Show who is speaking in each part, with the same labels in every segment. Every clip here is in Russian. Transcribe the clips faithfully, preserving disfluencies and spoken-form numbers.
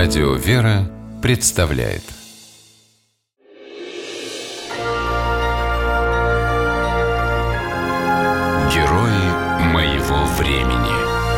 Speaker 1: Радио «Вера» представляет Герои моего времени.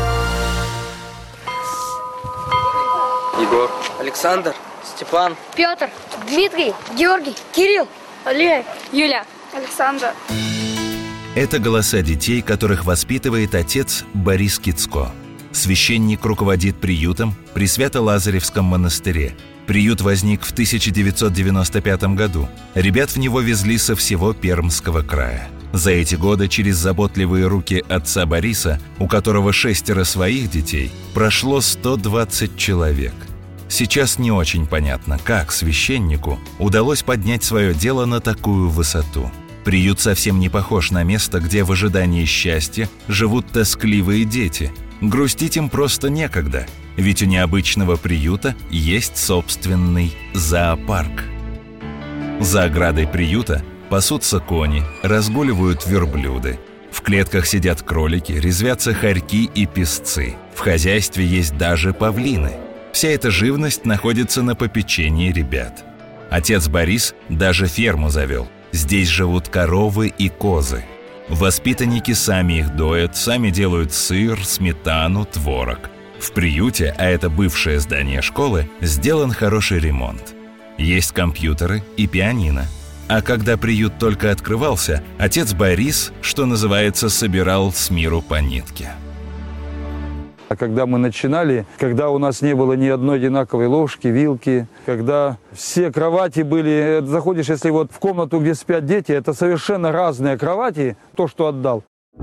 Speaker 2: Егор, Александр, Степан,
Speaker 3: Петр, Дмитрий, Георгий, Кирилл, Алия,
Speaker 4: Юля, Александр.
Speaker 5: Это голоса детей, которых воспитывает отец Борис Кицко. Священник руководит приютом при Свято-Лазаревском монастыре. Приют возник в тысяча девятьсот девяносто пятом году. Ребят в него везли со всего Пермского края. За эти годы через заботливые руки отца Бориса, у которого шестеро своих детей, прошло сто двадцать человек. Сейчас не очень понятно, как священнику удалось поднять свое дело на такую высоту. Приют совсем не похож на место, где в ожидании счастья живут тоскливые дети. Грустить им просто некогда, ведь у необычного приюта есть собственный зоопарк. За оградой приюта пасутся кони, разгуливают верблюды. В клетках сидят кролики, резвятся хорьки и песцы. В хозяйстве есть даже павлины. Вся эта живность находится на попечении ребят. Отец Борис даже ферму завел. Здесь живут коровы и козы. Воспитанники сами их доят, сами делают сыр, сметану, творог. В приюте, а это бывшее здание школы, сделан хороший ремонт. Есть компьютеры и пианино. А когда приют только открывался, отец Борис, что называется, собирал с миру по нитке.
Speaker 6: А когда мы начинали, когда у нас не было ни одной одинаковой ложки, вилки, когда все кровати были, заходишь, если вот в комнату, где спят дети, это совершенно разные кровати, то, что отдал.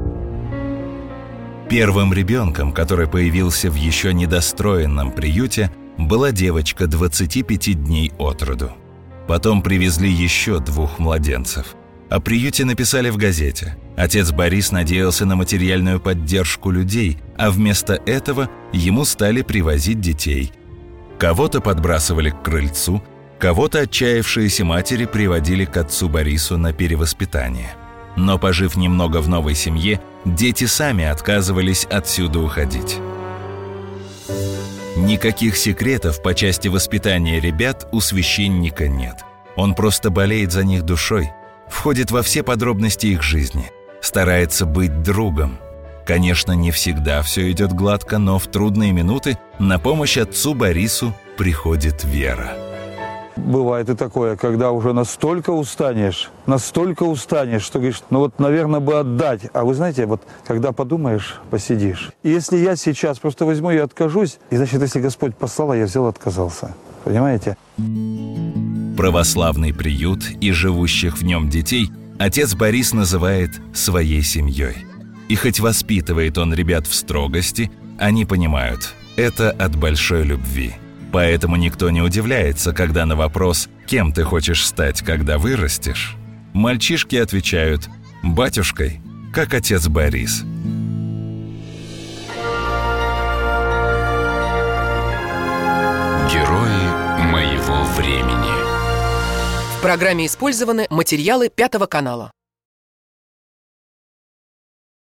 Speaker 5: Первым ребенком, который появился в еще недостроенном приюте, была девочка двадцати пяти дней от роду. Потом привезли еще двух младенцев. О приюте написали в газете. Отец Борис надеялся на материальную поддержку людей, а вместо этого ему стали привозить детей. Кого-то подбрасывали к крыльцу, кого-то отчаявшиеся матери приводили к отцу Борису на перевоспитание. Но, пожив немного в новой семье, дети сами отказывались отсюда уходить. Никаких секретов по части воспитания ребят у священника нет. Он просто болеет за них душой, входит во все подробности их жизни, старается быть другом. Конечно, не всегда все идет гладко, но в трудные минуты на помощь отцу Борису приходит вера.
Speaker 6: Бывает и такое, когда уже настолько устанешь, настолько устанешь, что говоришь, ну вот, наверное, бы отдать. А вы знаете, вот когда подумаешь, посидишь. И если я сейчас просто возьму и откажусь, и значит, если Господь послал, я взял и отказался. Понимаете?
Speaker 5: Православный приют и живущих в нем детей отец Борис называет своей семьей. И хоть воспитывает он ребят в строгости, они понимают, это от большой любви. Поэтому никто не удивляется, когда на вопрос «Кем ты хочешь стать, когда вырастешь?» мальчишки отвечают «Батюшкой, как отец Борис».
Speaker 1: Герои моего времени.
Speaker 7: В программе использованы материалы Пятого канала.